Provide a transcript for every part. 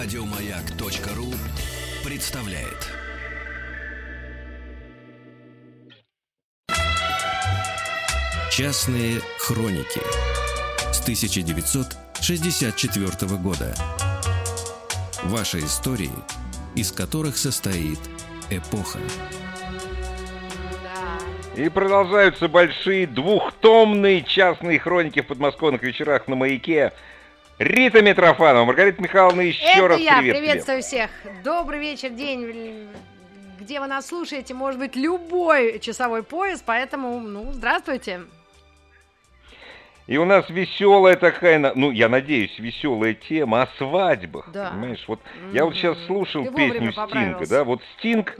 Радиомаяк.ру представляет. Частные хроники с 1964 года. Ваши истории, из которых состоит эпоха. И продолжаются большие двухтомные частные хроники в подмосковных вечерах на Маяке. Рита Митрофанова, Маргарита Михайловна, еще раз привет. Приветствую всех. Добрый вечер, день, где вы нас слушаете, может быть, любой часовой пояс, поэтому, здравствуйте. И у нас веселая такая, я надеюсь, веселая тема о свадьбах, да. Понимаешь? Вот я вот сейчас слушал песню Стинга, да, вот Стинг...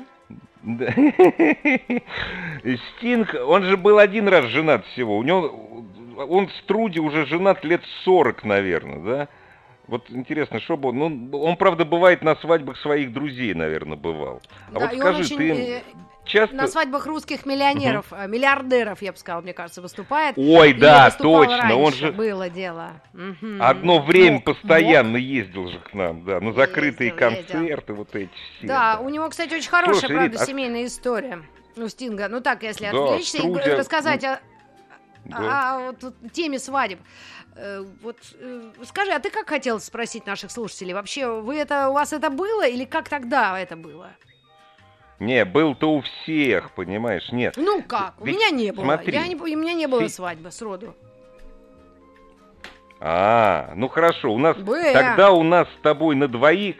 Стинг, он же был один раз женат всего. Он с Труди уже женат лет 40, наверное, да? Вот интересно, что бы он, правда, бывает на свадьбах своих друзей, наверное, бывал. А да, вот скажи, ты часто... На свадьбах русских миллионеров, миллиардеров, я бы сказала, мне кажется, выступает. Ой, да, точно, раньше, он же... было дело. Одно время постоянно ездил же к нам, да, на закрытые концерты, вот эти все. Да, у него, кстати, очень хорошая, правда, семейная история у Стинга. Ну так, если отвлечься и рассказать о теме свадеб. Вот скажи, а ты как хотел спросить наших слушателей? Вообще, у вас это было или как тогда это было? Не, был-то у всех, понимаешь, нет. Ну как? У меня не было. Смотри, у меня не было свадьбы сроду. Хорошо. Тогда у нас с тобой на двоих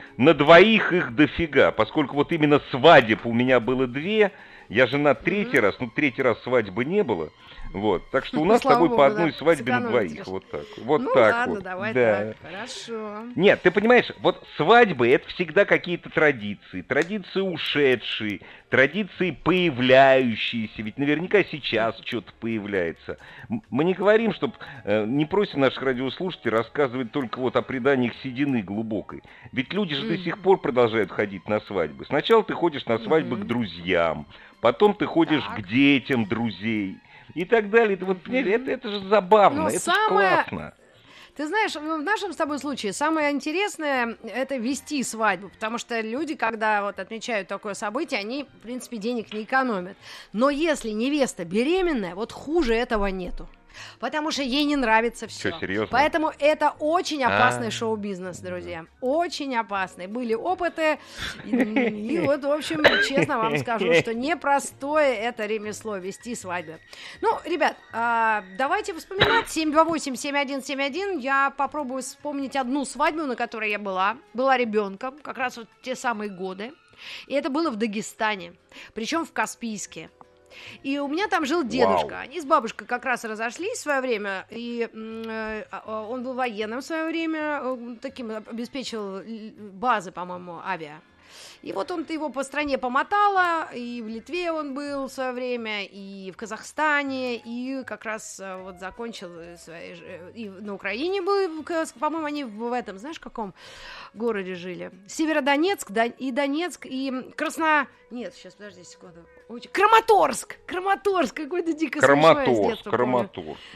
их дофига, поскольку вот именно свадеб у меня было 2. Я женат третий раз, третий раз свадьбы не было. Вот, так что у нас с тобой по одной свадьбе на двоих. Вот так. Ладно, давай так, хорошо. Нет, ты понимаешь, вот свадьбы — это всегда какие-то традиции ушедшие, традиции появляющиеся, ведь наверняка сейчас что-то появляется. Мы не говорим, не просим наших радиослушателей рассказывать только вот о преданиях седины глубокой. Ведь люди же до сих пор продолжают ходить на свадьбы. Сначала ты ходишь на свадьбы к друзьям, потом ты ходишь к детям друзей. И так далее. Это же забавно, это же классно. Ты знаешь, в нашем с тобой случае самое интересное – это вести свадьбу, потому что люди, когда вот отмечают такое событие, они, в принципе, денег не экономят. Но если невеста беременная, вот хуже этого нету. Потому что ей не нравится все. Что, серьезно? Поэтому это очень опасный шоу-бизнес, друзья. Очень опасный. Были опыты. И вот, в общем, честно вам скажу, что непростое это ремесло вести свадьбы. Ребят, давайте вспоминать. 728-7171. Я попробую вспомнить одну свадьбу, на которой я была. Была ребенком, как раз вот те самые годы. И это было в Дагестане. Причем в Каспийске. И у меня там жил дедушка. Они с бабушкой как раз разошлись в свое время. И он был военным в свое время. Таким обеспечивал базы, по-моему, авиа. И вот его по стране помотало, и в Литве он был в свое время, и в Казахстане, и как раз вот закончил и на Украине был, по-моему, они в этом, знаешь, в каком городе жили? Северодонецк, и Донецк, и Нет, сейчас, подожди секунду. Краматорск, какой-то дико смешной из детства помню.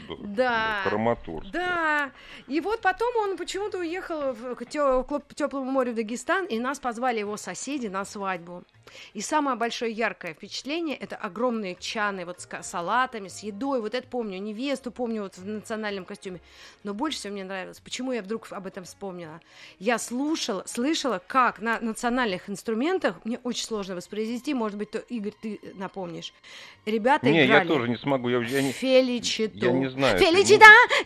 Да. Краматорск. Да. И вот потом он почему-то уехал к теплому морю в Дагестан, и нас позвали его соседи на свадьбу. И самое большое яркое впечатление – это огромные чаны вот с салатами, с едой. Вот это помню, невесту помню вот в национальном костюме. Но больше всего мне нравилось. Почему я вдруг об этом вспомнила? Я слышала, как на национальных инструментах, мне очень сложно воспроизвести, может быть, Игорь, ты напомнишь. Ребята играли. Я тоже не смогу. Феличиту. Я не знаю. Феличита!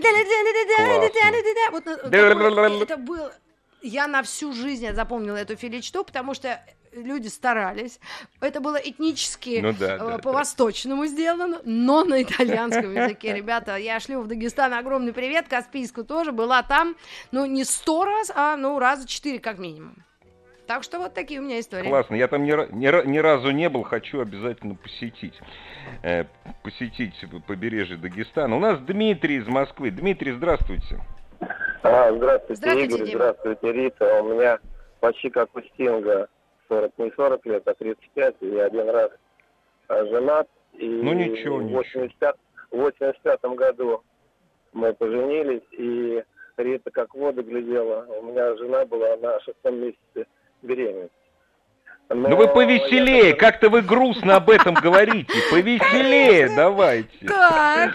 Это было... Я на всю жизнь запомнила эту феличиту, потому что люди старались. Это было этнически по-восточному сделано, но на итальянском языке. Ребята, я шлю в Дагестан огромный привет, Каспийску тоже, была там, не 100 раз, а раза 4 как минимум. Так что вот такие у меня истории. Классно, я там ни разу не был, хочу обязательно посетить побережье Дагестана. У нас Дмитрий из Москвы. Дмитрий, здравствуйте. Здравствуйте, Игорь, здравствуйте, Рита. У меня почти как у Стинга, не 40 лет, а 35, и один раз женат. И ничего. В 85 году мы поженились, и Рита как в воду глядела. У меня жена была на 6-м месяце беременности. Ну вы повеселее, как-то вы грустно об этом говорите. Повеселее давайте. Так.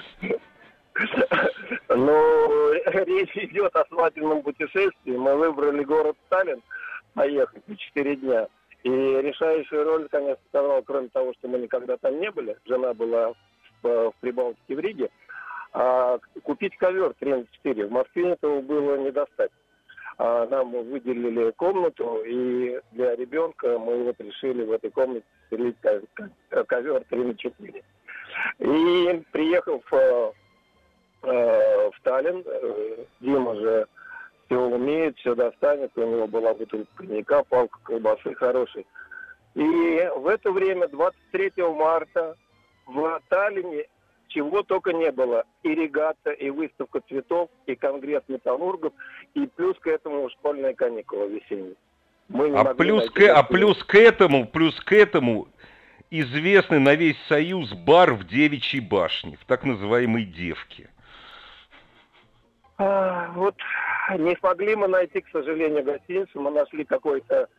Ну, речь идет о свадебном путешествии. Мы выбрали город Сталин, поехать на 4 дня. И решающую роль, конечно, сыграла, кроме того, что мы никогда там не были, жена была в Прибалтике, в Риге, купить ковер 3 на 4. В Москве этого было не достать. Нам выделили комнату, и для ребенка мы вот решили в этой комнате селить ковер 3 на 4. И приехав в Таллин, Дима же все умеет, все достанет, у него была бутылка коньяка, палка колбасы хорошей. И в это время, 23 марта, в Таллине чего только не было. И регата, и выставка цветов, и конгресс металлургов, и плюс к этому школьные каникулы весенние. Плюс к этому известный на весь Союз бар в Девичьей башне, в так называемой Девке. Вот не смогли мы найти, к сожалению, гостиницу. Мы нашли какое-то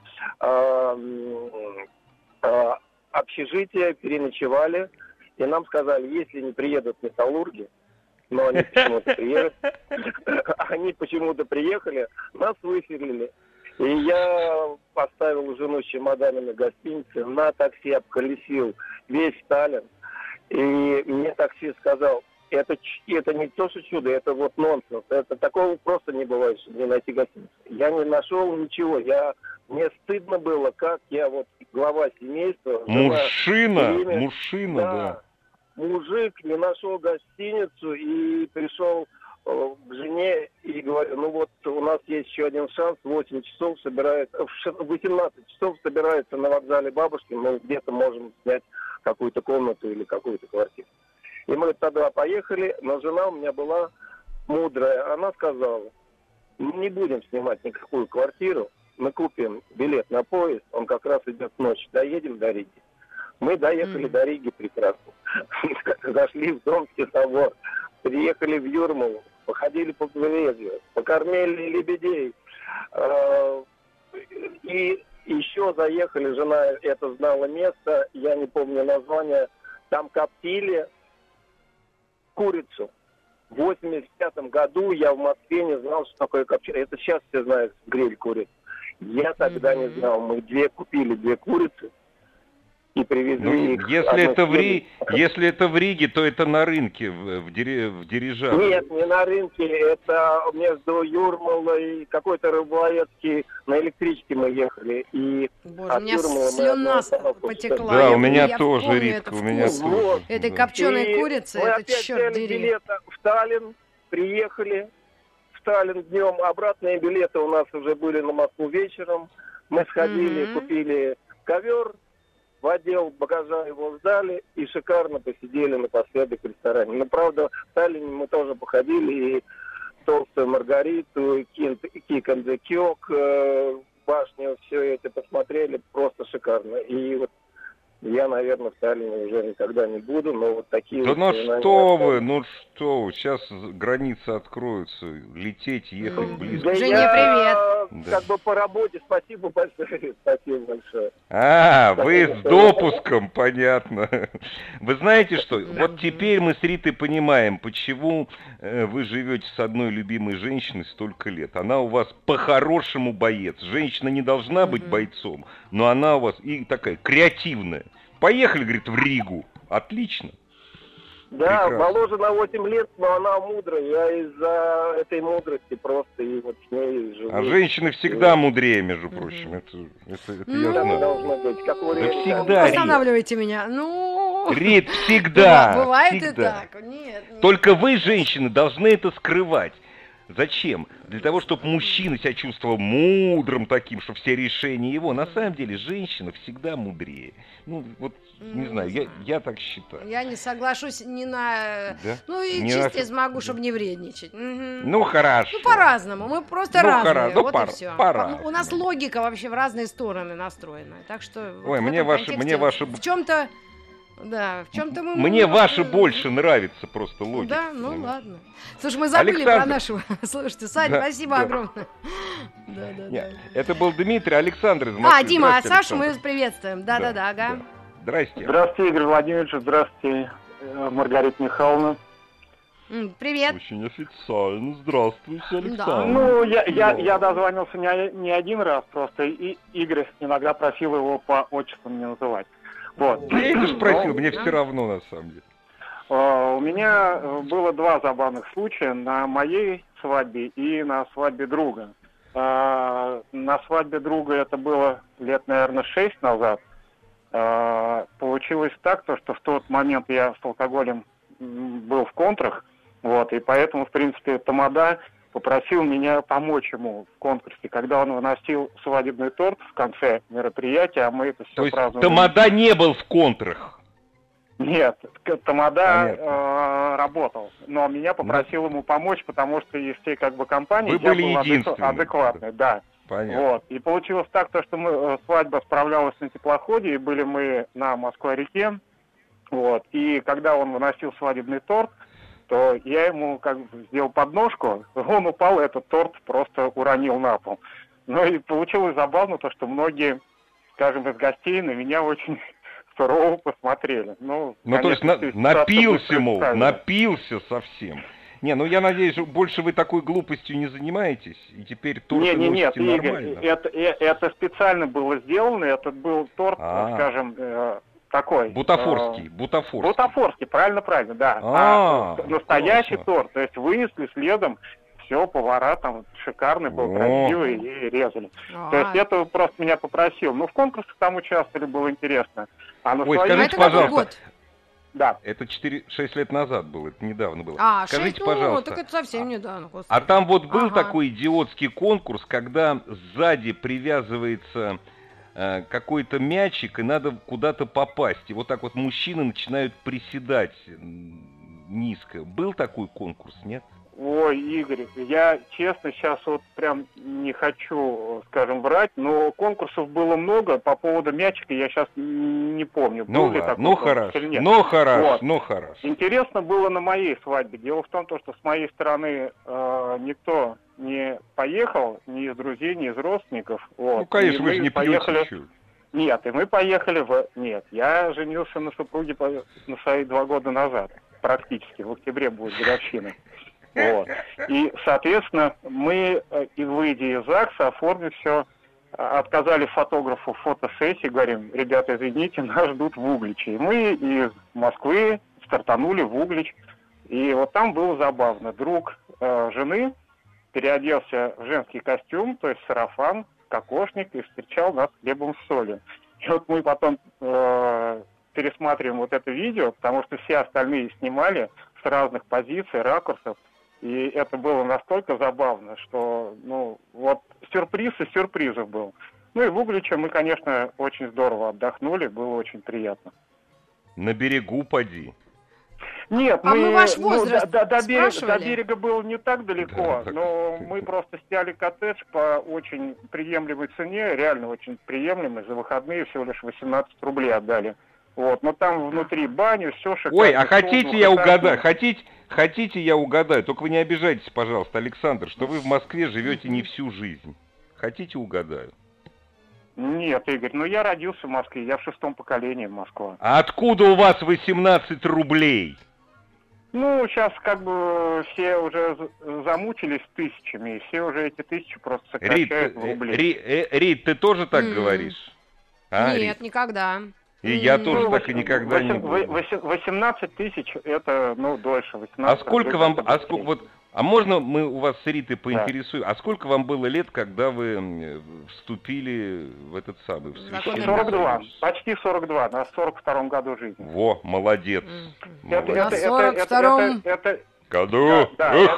общежитие, переночевали. И нам сказали, если не приедут металлурги, но они почему-то приедут, они почему-то приехали, нас выселили. И я поставил жену с чемоданами в гостинице, на такси обколесил весь Таллин. И мне таксист сказал, это не то, что чудо, это вот нонсенс. Это такого просто не бывает, чтобы не найти гостиницу. Я не нашел ничего. Мне стыдно было, как я вот глава семейства. Мужчина, да. Мужик не нашел гостиницу и пришел к жене и говорю, ну вот у нас есть еще один шанс, в 18 часов собирается на вокзале бабушки, мы где-то можем снять какую-то комнату или какую-то квартиру. И мы тогда поехали, но жена у меня была мудрая, она сказала, не будем снимать никакую квартиру, мы купим билет на поезд, он как раз идет ночью, доедем до Риги. Мы доехали до Риги прекрасно. Зашли в Домский собор, приехали в Юрмалу, походили по побережью, покормили лебедей. И еще заехали, жена это знала место, я не помню название, там коптили курицу. В 85 году я в Москве не знал, что такое копченое. Это сейчас все знают гриль курицы. Я тогда не знал. Мы купили 2 курицы и привезли их. Если это в Риге, то это на рынке, в Дирижабле. Нет, не на рынке, это между Юрмалой и какой-то Рыболовецкий, на электричке мы ехали. И Боже, у меня слюна потекла. Да, у меня тоже, Ритка, у меня тоже. Этой копченой курицы, мы это черт взяли дери. билеты в Таллин, приехали в Таллин днем, обратные билеты у нас уже были на Москву вечером. Мы сходили, купили ковер, в отдел багажа его сдали и шикарно посидели напоследок в ресторане. Но, правда, в Таллине мы тоже походили, и Толстую Маргариту, и Кик энд зе Кёк, башню, все это посмотрели, просто шикарно. И вот я, наверное, в Таллине уже никогда не буду, но вот такие... Да ну что вы, сейчас границы откроются, лететь, ехать близко. Да Женя, привет! Как бы по работе, спасибо большое, спасибо большое. Вы с допуском, понятно. Вы знаете что, вот теперь мы с Ритой понимаем, почему вы живете с одной любимой женщиной столько лет. Она у вас по-хорошему боец. Женщина не должна быть бойцом, но она у вас и такая креативная. Поехали, говорит, в Ригу. Отлично. Да, прекрасно. моложе на 8 лет, но она мудрая. Я из-за этой мудрости просто и вот с ней живу. А женщины всегда мудрее, между прочим. Это я знаю. Должно быть. Как у Да всегда, Рит. Останавливайте меня. Рит, всегда. Бывает всегда. и так. Нет. Только вы, женщины, должны это скрывать. Зачем? Для того, чтобы мужчина себя чувствовал мудрым таким, что все решения его. На самом деле, женщина всегда мудрее. Ну, вот, не знаю, я так считаю. Я не соглашусь ни на... Да? Ну, и Не чисто на... смогу, чтобы не вредничать. Ну, хорошо. Ну, по-разному. Мы просто разные. Вот и все. Пора. У нас логика вообще в разные стороны настроена. Так что... Ой, вот мне в этом ваши... контексте в чем-то... Да, в чем-то мы... Мне ваша больше нравится просто логика. Да, ну ладно. Слушай, мы забыли про нашего... Слушайте, Сань, Да, спасибо да. огромное. Да. Это был Дмитрий, Александр из Москвы. Дима, а Сашу Александр. мы приветствуем. Да, ага. Здрасте. Здравствуйте, Игорь Владимирович, здравствуйте, Маргарита Михайловна. Привет. Очень официально. Здравствуйте, Александр. Да. Ну, я дозвонился не один раз, просто и Игорь иногда просил его по отчеству не называть. Вот. Я это спросил, мне все равно на самом деле. У меня было два забавных случая на моей свадьбе и на свадьбе друга. На свадьбе друга это было лет, наверное, 6 назад. Получилось так, что в тот момент я с алкоголем был в контрах, вот, и поэтому, в принципе, тамада попросил меня помочь ему в конкурсе, когда он выносил свадебный торт в конце мероприятия, а мы это все То есть праздновали. тамада не был в контрах? Нет, тамада работал, но меня попросил ему помочь, потому что из всей компании Вы я были был единственным. адекватный, да. Понятно. Вот. И получилось так, что свадьба справлялась на теплоходе, и были мы на Москва-реке. Вот. И когда он выносил свадебный торт, то я ему сделал подножку, он упал, этот торт просто уронил на пол. Ну и получилось забавно то, что многие, скажем, из гостей на меня очень сурово посмотрели. Ну то есть напился совсем. Не, ну я надеюсь, больше вы такой глупостью не занимаетесь, и теперь торт Нет, нормально. Игорь, это специально было сделано, этот был торт, скажем, такой. Бутафорский. Бутафорский, правильно, да. Настоящий торт, то есть вынесли следом, все, повара там шикарный был, красивый, и резали. То есть это просто меня попросил. Ну, в конкурсах там участвовали, было интересно. Скажите, пожалуйста. Да. Это 6 лет назад было, это недавно было. Скажите, 6, пожалуйста. так это совсем недавно. Господи. А там вот был такой идиотский конкурс, когда сзади привязывается какой-то мячик, и надо куда-то попасть. И вот так вот мужчины начинают приседать низко. Был такой конкурс, нет? Ой, Игорь, я честно сейчас вот прям не хочу, скажем, врать, но конкурсов было много. По поводу мячика я сейчас не помню. Хорошо. Интересно было на моей свадьбе. Дело в том, что с моей стороны никто не поехал, ни из друзей, ни из родственников. Вот. Ну, конечно, вы же не пьете. Нет, и мы поехали Нет, я женился на супруге на свои 2 года назад. Практически, в октябре будет годовщина. Вот. И, соответственно, мы, выйдя из ЗАГСа, оформили все, отказали фотографу фотосессии, говорим, ребята, извините, нас ждут в Угличе. И мы из Москвы стартанули в Углич. И вот там было забавно. Друг жены переоделся в женский костюм, то есть сарафан, кокошник, и встречал нас хлебом с солью. И вот мы потом пересматриваем вот это видео, потому что все остальные снимали с разных позиций, ракурсов. И это было настолько забавно, что, вот сюрприз из сюрпризов был. Ну и в Угличе мы, конечно, очень здорово отдохнули, было очень приятно. На берегу поди. Нет, мы ваш возраст до берега было не так далеко, но мы просто сняли коттедж по очень приемлемой цене, реально очень приемлемой, за выходные всего лишь 18 рублей отдали. Вот, но там внутри баню, все шикарно. Ой, а хотите я угадаю? Хотите я угадаю? Только вы не обижайтесь, пожалуйста, Александр, что вы в Москве живете не всю жизнь. Хотите угадаю? Нет, Игорь, я родился в Москве, я в 6-м поколении Москва. А откуда у вас 18 рублей? Сейчас все уже замучились тысячами, и все уже эти тысячи просто сокращают в рубли. Рит, ты тоже так говоришь? Нет, Рит? Никогда. И я тоже так и никогда не буду. 18 тысяч это, дольше. 18, а сколько вам, можно мы у вас с Ритой поинтересуем, а сколько вам было лет, когда вы вступили в этот самый... 42, почти 42, на 42-м году жизни. Во, молодец. На 42-м году.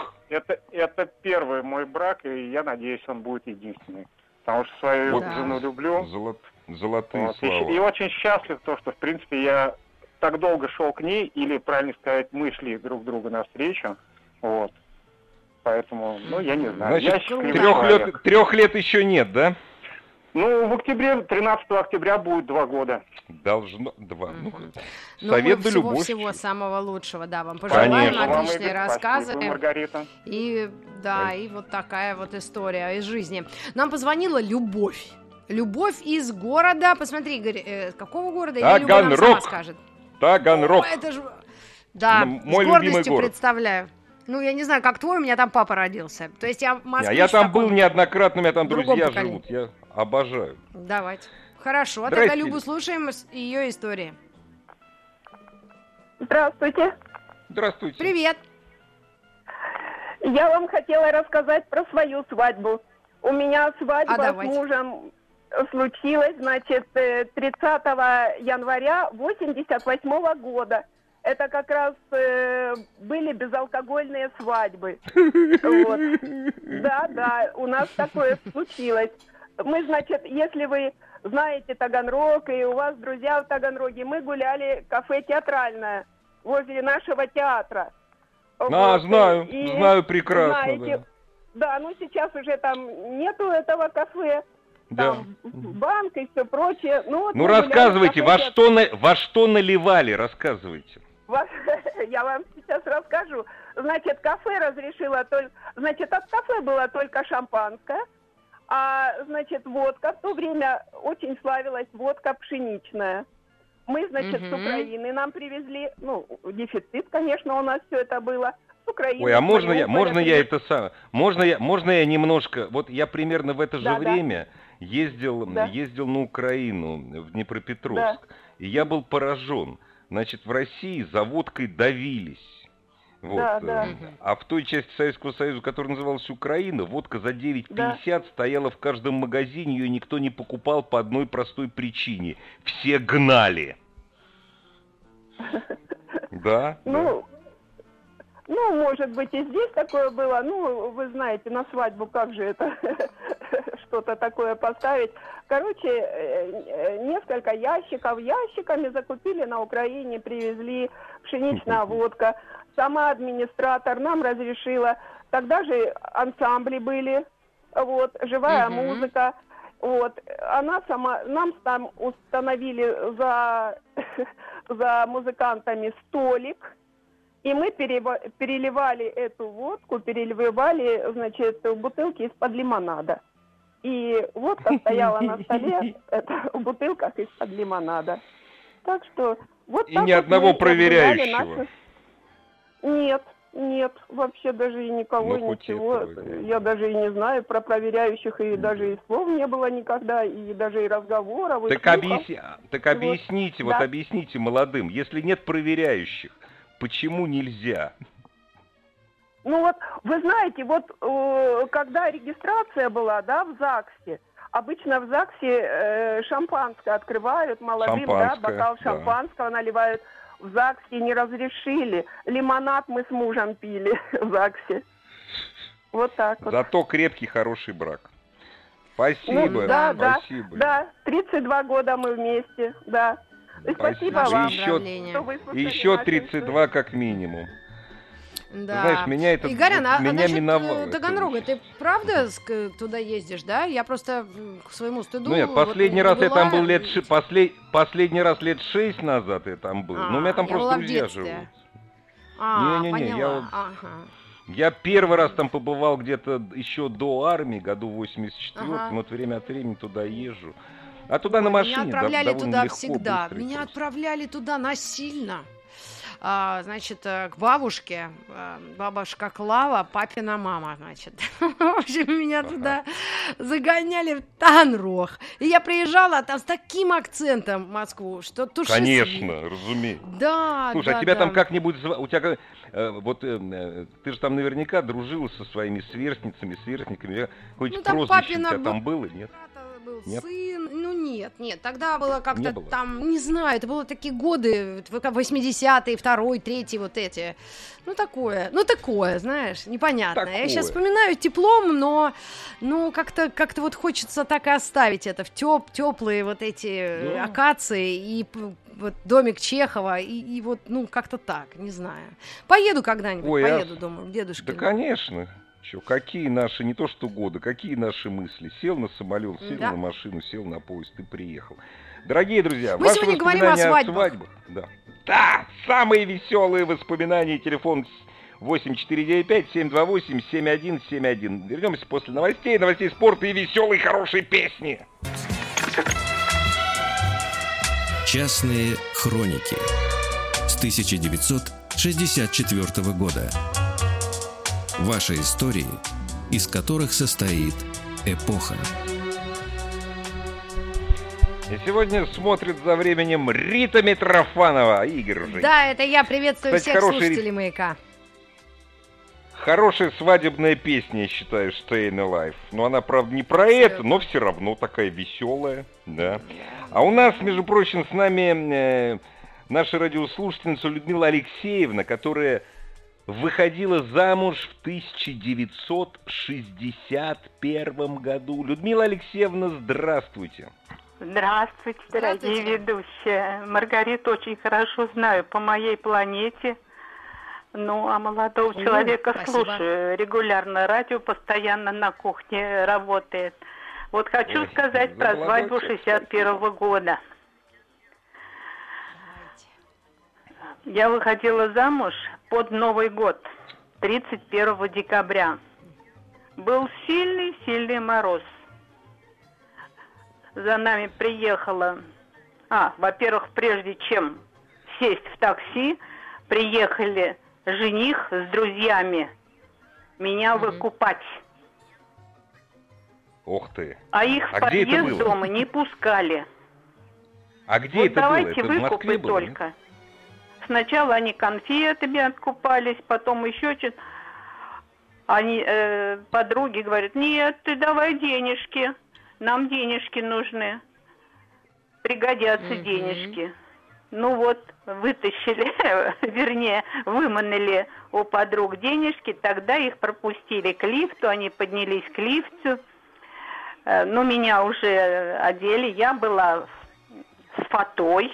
Это первый мой брак, и я надеюсь, он будет единственный. Потому что свою жену люблю. Золотые слова. И очень счастлив то, что, в принципе, я так долго шел к ней, или, правильно сказать, мы шли друг другу навстречу. Вот. Поэтому, я не знаю. Значит, 3 лет еще нет, да? Ну, в октябре, 13 октября будет 2 года. Должно... 2. Ну, Ну, совет мы да любовь. всего самого лучшего, да, вам пожелаем, Конечно. Вам, отличные Игорь, рассказы. спасибо, Маргарита. И да, и вот такая вот история из жизни. Нам позвонила Любовь. Любовь из города. Посмотри, Игорь, какого города? Или Люба нам сама скажет. Таганрог. О, это же... Да, Мой с любимый гордостью город. представляю. Ну, я не знаю, как твой, у меня там папа родился. То есть я москвич. Я там в таком был неоднократно, у меня там другом друзья поколении. живут. Я обожаю. Давайте. Хорошо, Здрасте. тогда Любу слушаем ее истории. Здравствуйте. Здравствуйте. Привет. Я вам хотела рассказать про свою свадьбу. У меня свадьба с давайте. мужем случилась, значит, 30 января 88 года. Это как раз были безалкогольные свадьбы. Вот. Да, у нас такое случилось. Мы, значит, если вы знаете Таганрог, и у вас друзья в Таганроге, мы гуляли в кафе «Театральное» возле нашего театра. Вот. Знаю, И знаю прекрасно. знаете, да, ну сейчас уже там нету этого кафе, Да. там банк и все прочее. Ну, вот Ну мы гуляли в рассказывайте, кафе во что наливали, рассказывайте. Я вам сейчас расскажу. Значит, кафе разрешило только... Значит, от кафе было только шампанское, а, значит, водка. В то время очень славилась водка пшеничная. Мы, значит, с Украины нам привезли, ну, дефицит, конечно, у нас все это было. С Украины. Ой, а можно я немножко, вот я примерно в это же время ездил на Украину, в Днепропетровск, и я был поражен. Значит, в России за водкой давились. Вот. А в той части Советского Союза, которая называлась Украина, водка за 9,50 стояла в каждом магазине, ее никто не покупал по одной простой причине. Все гнали. Да? Ну, может быть, и здесь такое было. Ну, вы знаете, на свадьбу как же это что-то такое поставить. Короче, несколько ящиками закупили на Украине, привезли пшеничная водка. Сама администратор нам разрешила. Тогда же ансамбли были, вот, живая музыка. Вот, нам там установили за музыкантами столик. И мы переливали эту водку, значит, в бутылки из-под лимонада. И водка стояла на столе в бутылках из-под лимонада. Так что вот и так ни вот одного проверяющего. Нет, вообще даже и никого, ничего. Я даже и не знаю про проверяющих, и даже и слов не было никогда, и даже и разговоров. Так объясните, вот объясните молодым, если нет проверяющих, почему нельзя? Ну вот, вы знаете, вот когда регистрация была, да, в ЗАГСе, обычно в ЗАГСе шампанское открывают молодым, да, бокал шампанского наливают. В ЗАГСе не разрешили. Лимонад мы с мужем пили в ЗАГСе. Вот так вот. Зато крепкий, хороший брак. Спасибо, спасибо. Да, 32 года мы вместе, да. Спасибо вам. Еще 32 как минимум. Да. Знаешь, меня это Игорь, миновало. Таганрога, ты правда туда ездишь, да? Я просто к своему стыду... Ну нет, последний раз я там был последний раз лет 6 назад я там был. Но у меня там просто друзья живут. Поняла. Я первый раз там побывал где-то еще до армии, году 84-м, вот время от времени туда езжу. А туда на машине меня отправляли туда легко, всегда. Меня отправляли туда насильно. Значит, к бабушке, бабушка Клава, папина мама, значит. В общем, меня туда загоняли в Таганрог. И я приезжала там с таким акцентом в Москву, что туши. Конечно, разумеется. Да, слушай, а тебя там как-нибудь... У тебя, вот ты же там наверняка дружила со своими сверстниками. Хоть прозвище у тебя там было, нет? Нет? Сын, нет, тогда было как-то там, не знаю, это было такие годы, 80-е, 2-й, 3-й, вот эти, такое, знаешь, непонятное. Такое. Я сейчас вспоминаю теплом, но, как-то вот хочется так и оставить это в теплые вот эти акации и вот домик Чехова, и вот, как-то так, не знаю. Поеду когда-нибудь, думаю, к дедушке. Да, конечно. Чё, какие наши, не то что годы, какие наши мысли? Сел на самолет, сел Да. на машину, сел на поезд и приехал. Дорогие друзья, Мы ваши сегодня говорим о воспоминания свадьбах. Да. Да, самые веселые воспоминания. Телефон 8495-728-7171. Вернемся после новостей спорта и веселой хорошей песни. Частные хроники с 1964 года. Ваши истории, из которых состоит эпоха. И сегодня смотрит за временем Рита Митрофанова. Игорь уже. Да, это я. Приветствую Кстати, всех хороший слушателей «Маяка». Хорошая свадебная песня, я считаю, Stayin' Alive. Но она, правда, не про это, но все равно такая веселая, да. А у нас, между прочим, с нами наша радиослушательница Людмила Алексеевна, которая выходила замуж в 1961 году. Людмила Алексеевна, здравствуйте. Здравствуйте, дорогие Здравствуйте. ведущие. Маргариту очень хорошо знаю по моей планете. Ну, а молодого человека спасибо. слушаю. Регулярно радио, постоянно на кухне работает. Вот хочу Ой, сказать за про молодой свадьбу человек. 61 года. Я выходила замуж под Новый год, 31 декабря. Был сильный мороз. За нами приехала... во-первых, прежде чем сесть в такси, приехали жених с друзьями меня выкупать. Ох ты. А их в А где это подъезд было? дома не пускали. А где Вот это было? давайте Это в выкупы Москве было? нет? только. Сначала они конфетами откупались, потом еще что-то. Они, подруги говорят, нет, ты давай денежки. Нам денежки нужны. Пригодятся денежки. Ну вот, вытащили, вернее, выманили у подруг денежки, тогда их пропустили к лифту, они поднялись к лифту. Ну, меня уже одели, я была с фатой.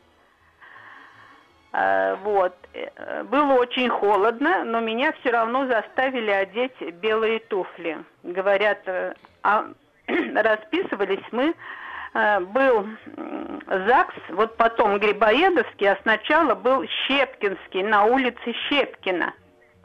Вот. Было очень холодно, но меня все равно заставили одеть белые туфли. Говорят, расписывались мы. Был ЗАГС, вот потом Грибоедовский, а сначала был Щепкинский, на улице Щепкина.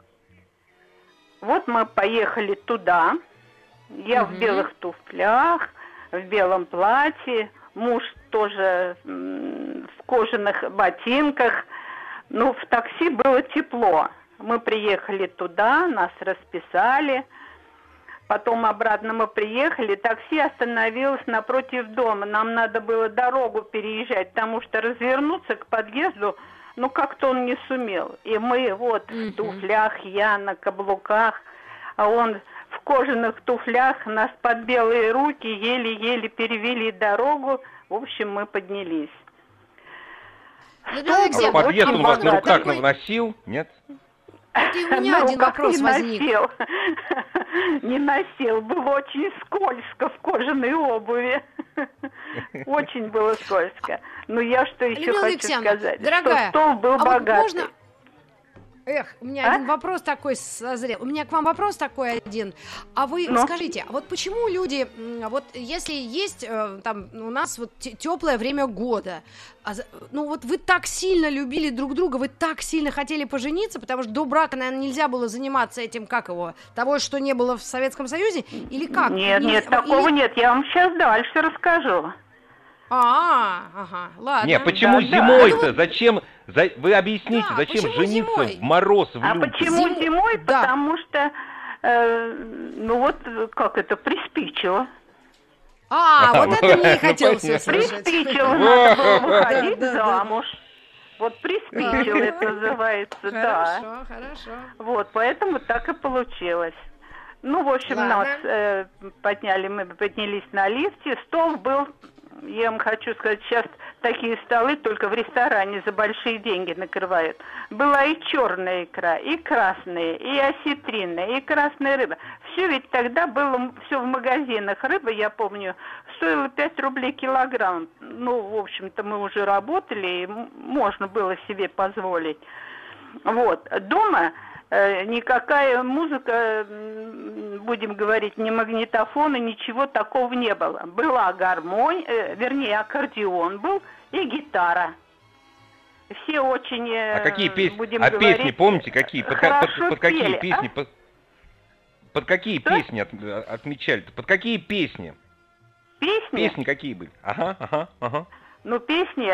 Вот мы поехали туда. Я в белых туфлях, в белом платье, муж тоже в кожаных ботинках. Ну, в такси было тепло. Мы приехали туда, нас расписали. Потом обратно мы приехали, такси остановилось напротив дома. Нам надо было дорогу переезжать, потому что развернуться к подъезду, ну, как-то он не сумел. И мы вот в туфлях, я на каблуках, а он в кожаных туфлях, нас под белые руки еле-еле перевели дорогу. В общем, мы поднялись. Людмила Алексеевна, Подъезд он вас на вот руках такой- носил? Нет? Вот и у меня На один руках вопрос не возник. носил. Не носил. Было очень скользко в кожаной обуви. Очень было скользко. Но я что еще Людмила хочу Алексеевна, сказать? дорогая, что стол был а вот богатый. можно... Эх, у меня один вопрос такой созрел. У меня к вам вопрос такой один. А вы Ну? скажите, а вот почему люди, вот если есть там у нас вот теплое время года, ну вот вы так сильно любили друг друга, вы так сильно хотели пожениться, потому что до брака, наверное, нельзя было заниматься этим, как его, того, что не было в Советском Союзе, или как? Нет, Или- такого нет. Я вам сейчас дальше расскажу. Ага, ладно. Не, почему Да. зимой-то? Зачем? Вы объясните, Да, зачем почему жениться зимой? в мороз, в А лютый? почему зимой? Да. Потому что, ну вот, как это, приспичило. Вот это мне и Ну, хотелось понятно. услышать. Приспичило, надо было Да, выходить да. замуж. Вот приспичило это называется, да. Хорошо. Вот, поэтому так и получилось. Ну, в общем, Ладно. нас мы поднялись на лифте, стол был, я вам хочу сказать, сейчас такие столы только в ресторане за большие деньги накрывают. Была и черная икра, и красная, и осетринная, и красная рыба. Все ведь тогда было все в магазинах. Рыба, я помню, стоила 5 рублей килограмм. Ну, в общем-то, мы уже работали, и можно было себе позволить. Вот. Дома никакая музыка, будем говорить, ни магнитофона, ничего такого не было. Была гармония, вернее, аккордеон был и гитара. Все очень, А какие песни? будем А говорить, песни помните какие? Под какие пели, песни? Под какие Что? песни отмечали-то? Под какие песни? Песни? Песни какие были? Ага. Ну, песни,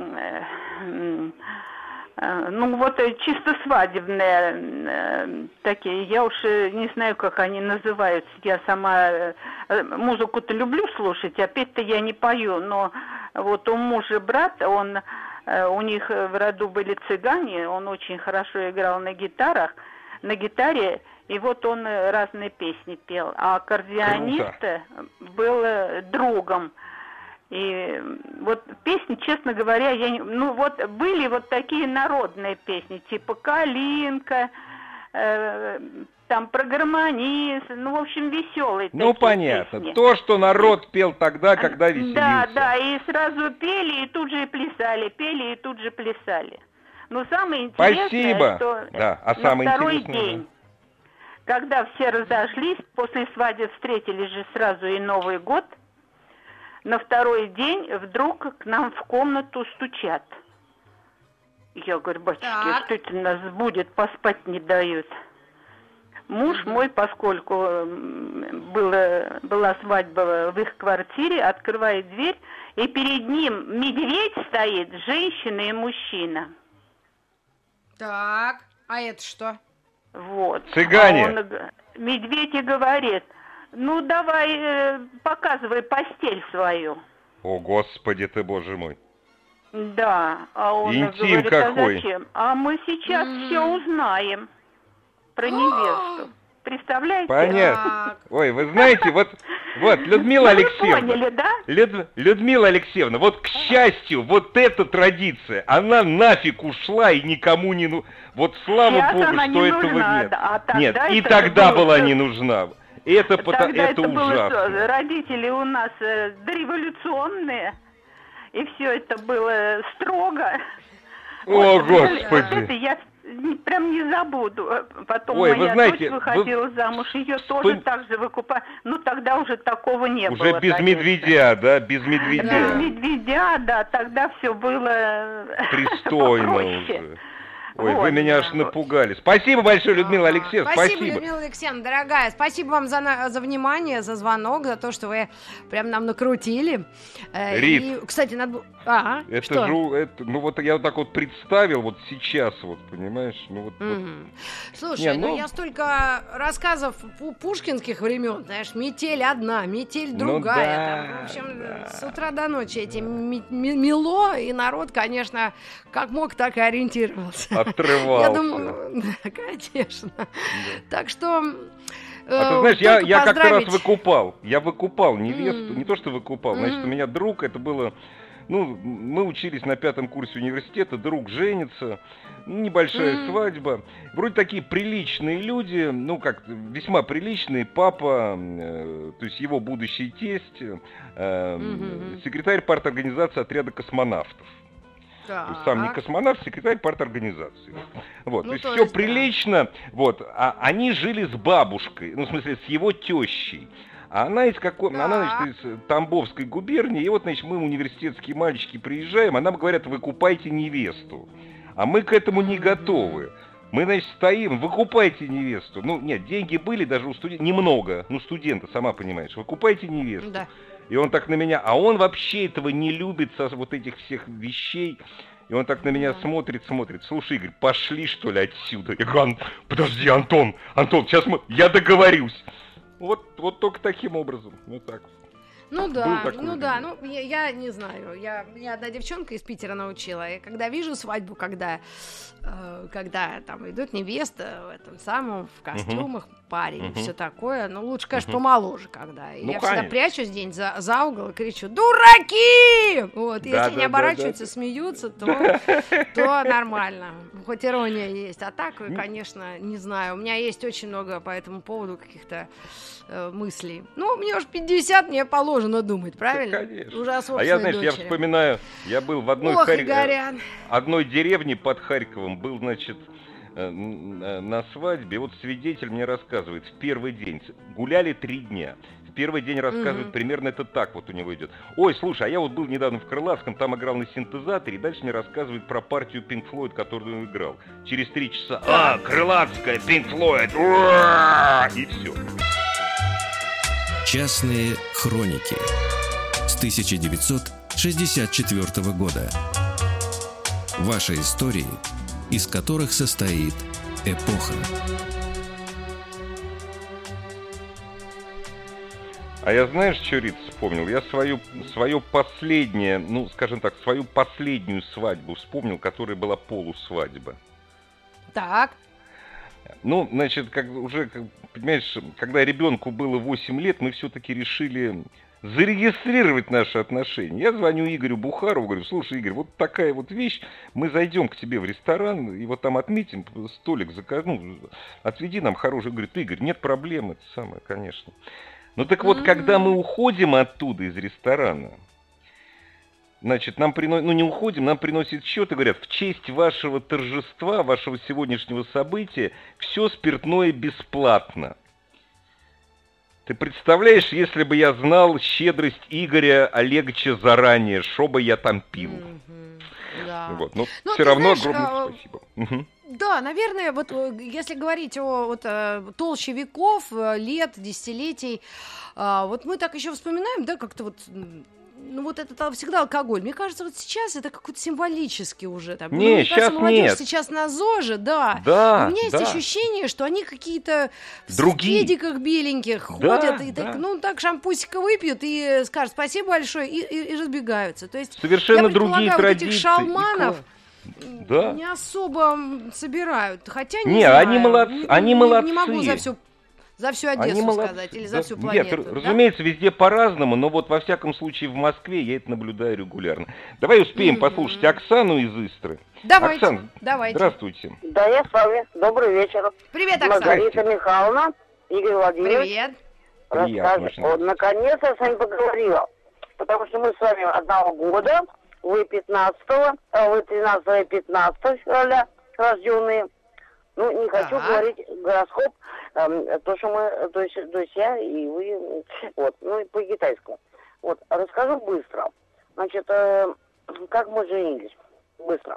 ну, вот чисто свадебные такие. Я уж не знаю, как они называются. Я сама музыку-то люблю слушать, а петь-то я не пою. Но вот у мужа брат, у них в роду были цыгане, он очень хорошо играл на гитаре, и вот он разные песни пел. А аккордеонист был другом. И вот песни, честно говоря, ну вот были вот такие народные песни, типа «Калинка», там про гармонист, ну, в общем, веселые такие. Ну, понятно. Песни. То, что народ пел тогда, когда веселился. Да, и сразу пели, и тут же и плясали. Но самое интересное, Спасибо. что Да, а на самое второй интересное, день, когда все разошлись, после свадьбы встретились же сразу и Новый год, на второй день вдруг к нам в комнату стучат. Я говорю: батюшки, что это нас будет, поспать не дают. Муж мой, поскольку была свадьба в их квартире, открывает дверь, и перед ним медведь стоит, женщина и мужчина. Так, а это что? Вот. Цыгане. А он, медведь, и говорит: ну давай, показывай постель свою. О, Господи ты, Боже мой. Да, а он Интим говорит: какой. а зачем? А мы сейчас все узнаем про невесту. Представляете? Понятно. Ой, вы знаете, вот Людмила Алексеевна. Поняли, да? Людмила Алексеевна, вот к счастью, вот эта традиция, она нафиг ушла и никому не нужна. Вот слава Сейчас Богу, она что не этого нужна, нет. да, а тогда Нет, и это тогда было была всё- не нужна. Это Тогда было ужасно. что, родители у нас дореволюционные, и все это было строго. О, Вот, Господи. это я прям не забуду. Потом Ой, моя вы знаете, дочь выходила замуж, ее тоже так же выкупали. Ну, тогда уже такого не было. Уже без конечно. медведя, да, без медведя. Без медведя, да, тогда все было Пристойно попроще. уже. Ой, Вот, вы меня аж напугали. Спасибо большое, Людмила Алексеевна, Спасибо, Людмила Алексеевна, дорогая. Спасибо вам за внимание, за звонок, за то, что вы прям нам накрутили. Рит. И, кстати, надо... Ага, Это что? же, ну вот я вот так вот представил, вот сейчас вот, понимаешь, ну вот. Слушай, Не, ну- я столько рассказов пушкинских времен, знаешь, метель одна, метель другая. да, Там, в общем, с утра до ночи эти мело, и народ, конечно, как мог, так и ориентировался. Отрывался. Я думаю, да, конечно. Так что... А ты знаешь, я как-то раз поздравить. выкупал. Я выкупал невесту, не то что выкупал, значит, у меня друг, это было... Ну, мы учились на 5-м курсе университета, друг женится, небольшая свадьба. Вроде такие приличные люди, ну как, весьма приличные. Папа, то есть его будущий тесть, секретарь парторганизации отряда космонавтов. То есть сам не космонавт, секретарь парторганизации. Вот, Ну, то есть то все есть, да. прилично, вот, а они жили с бабушкой, ну, в смысле, с его тещей. А она из значит, из Тамбовской губернии, и вот, значит, мы, университетские мальчики, приезжаем, а нам говорят: выкупайте невесту. А мы к этому не готовы. Мы, значит, стоим: выкупайте невесту. Ну, нет, деньги были даже у студента, немного, ну, студента, сама понимаешь, выкупайте невесту. Да. И он так на меня, а он вообще этого не любит, со вот этих всех вещей. И он так на меня смотрит. Слушай, Игорь, пошли, что ли, отсюда? Я говорю: подожди, Антон, сейчас я договорюсь. Вот только таким образом, вот так. Ну Был да, такой я не знаю, меня одна девчонка из Питера научила, и когда вижу свадьбу, когда там идут невеста в этом самом, в костюмах, парень, и все такое, ну лучше, конечно, помоложе, когда. И Ну, я всегда конечно. прячусь день за угол и кричу: дураки! Вот, если не Да. оборачиваются, смеются, то нормально, хоть ирония есть. А так, конечно, не знаю, у меня есть очень много по этому поводу каких-то мыслей. Ну, мне уж 50, мне положено думать, правильно? Конечно. Уже о А я, собственной знаешь, я дочери. вспоминаю, я был в одной Ох, Игорян. одной деревне под Харьковом, был, значит, на свадьбе. Вот свидетель мне рассказывает, в первый день гуляли 3 дня. В первый день рассказывает, примерно это так вот у него идет. Ой, слушай, а я вот был недавно в Крылатском, там играл на синтезаторе, и дальше мне рассказывает про партию Pink Floyd, которую он играл. Через 3 часа, Крылатская, Pink Floyd, ура! И все. Частные хроники с 1964 года. Ваши истории, из которых состоит эпоха. А я знаешь, что, Рит, вспомнил? Я свое последнее, ну, скажем так, свою последнюю свадьбу вспомнил, которая была полусвадьба. Так. Ну, значит, понимаешь, когда ребенку было 8 лет, мы все-таки решили зарегистрировать наши отношения. Я звоню Игорю Бухарову, говорю, слушай, Игорь, вот такая вот вещь, мы зайдем к тебе в ресторан, и вот там отметим, столик закажем, отведи нам хороший. Говорит, Игорь, нет проблем, это самое, конечно. Ну так вот, когда мы уходим оттуда, из ресторана, значит, нам приносят, ну не уходим, нам приносят счет и говорят, в честь вашего торжества, вашего сегодняшнего события, все спиртное бесплатно. Ты представляешь, если бы я знал щедрость Игоря Олеговича заранее, что бы я там пил? Да. Вот. Но все равно огромное спасибо. Да, наверное, вот если говорить о толще веков, лет, десятилетий, вот мы так еще вспоминаем, да, как-то вот... Ну вот это всегда алкоголь. Мне кажется, вот сейчас это какой-то символический уже. Там. Не, мне сейчас кажется, молодежь нет. Сейчас на ЗОЖе, да. Да, у меня есть да. ощущение, что они какие-то в другие. спедиках беленьких ходят, и так, ну так шампусика выпьют и скажут спасибо большое, и разбегаются. То есть совершенно другие традиции. Вот этих шалманов да. не особо собирают. Хотя не знаю. Они молодцы. Они молодцы. Не могу за всю Одессу сказать, или за всю планету. Нет, разумеется, везде по-разному, но вот во всяком случае в Москве я это наблюдаю регулярно. Давай успеем послушать Оксану из Истры. Давайте, Оксан, давайте. Здравствуйте. Да, я с вами. Добрый вечер. Привет, Оксана. Маргарита Михайловна, Игорь Владимирович. Привет. Вот, наконец-то я с вами поговорила. Потому что мы с вами одного года, вы 13-го, вы 13 и 15 февраля рожденные. Ну, не хочу говорить гороскоп, то, что мы, то есть я и вы, вот, ну, и по-китайскому. Вот, расскажу быстро. Значит, как мы женились? Быстро.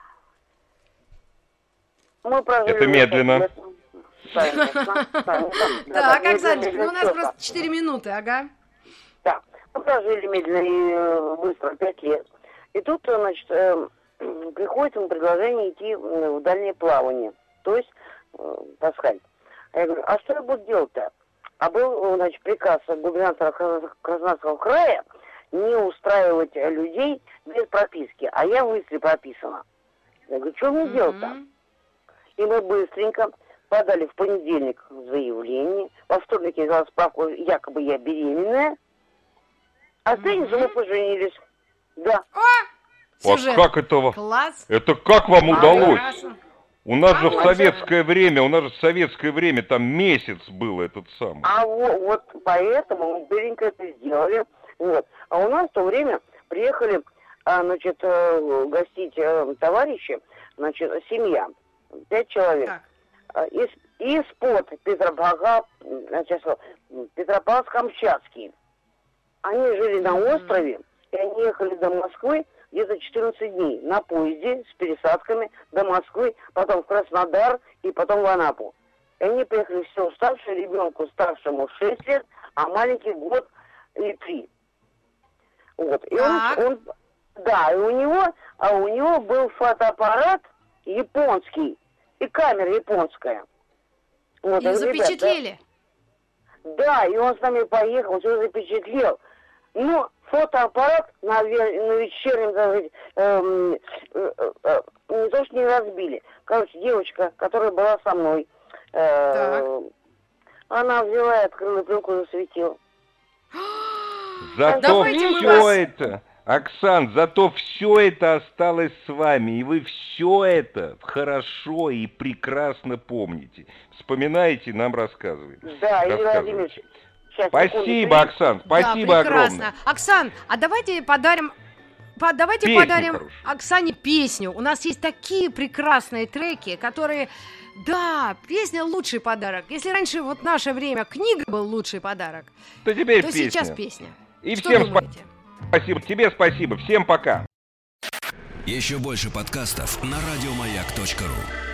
Мы прожили... Это медленно. Так, Оксаночка, ну у нас просто 4 минуты, ага. Да, мы прожили медленно и быстро 5 лет. И тут, значит, приходит ему предложение идти в дальнее плавание. То есть таскать. Я говорю, а что я буду делать-то? А был, значит, приказ губернатора Краснодарского края не устраивать людей без прописки. А я в Истре прописана. Я говорю, что мне делать-то? И мы быстренько подали в понедельник заявление. Во вторник я взяла справку, якобы я беременная. А в пятницу мы поженились. Да. Сюжет. Вот как это? Класс. Это как вам удалось? Прекрасно. У нас же в советское время, там месяц был этот самый. А вот поэтому мы быренько это сделали. Вот. А у нас в то время приехали, значит, гостить товарищи, значит, семья, 5 человек. Из-под Петропавловск-Камчатский. Они жили на острове, и они ехали до Москвы где-то 14 дней на поезде с пересадками до Москвы, потом в Краснодар и потом в Анапу. И они приехали все уставшие, ребенку старшему 6 лет, а маленький год и 3. Вот. И он, да, и у него был фотоаппарат японский и камера японская. Вот, и запечатлели? Да, и он с нами поехал, все запечатлел. Но фотоаппарат на вечернем, не то что не разбили. Короче, девочка, которая была со мной, она взяла и открыла пленку и засветила. Зато все это, Оксан, зато все это осталось с вами, и вы все это хорошо и прекрасно помните. Вспоминаете, нам рассказываете. Да, Игорь Владимирович. Спасибо, Оксан, спасибо огромное. Оксан, а давайте подарим Давайте Песню подарим хорошую. Оксане песню. У нас есть такие прекрасные треки, которые... Да, песня — лучший подарок. Если раньше, вот наше время, книга был лучший подарок, То теперь то песня. сейчас песня. И Что всем думаете? спасибо. Тебе спасибо. Всем пока. Еще больше подкастов на радиомаяк.ру.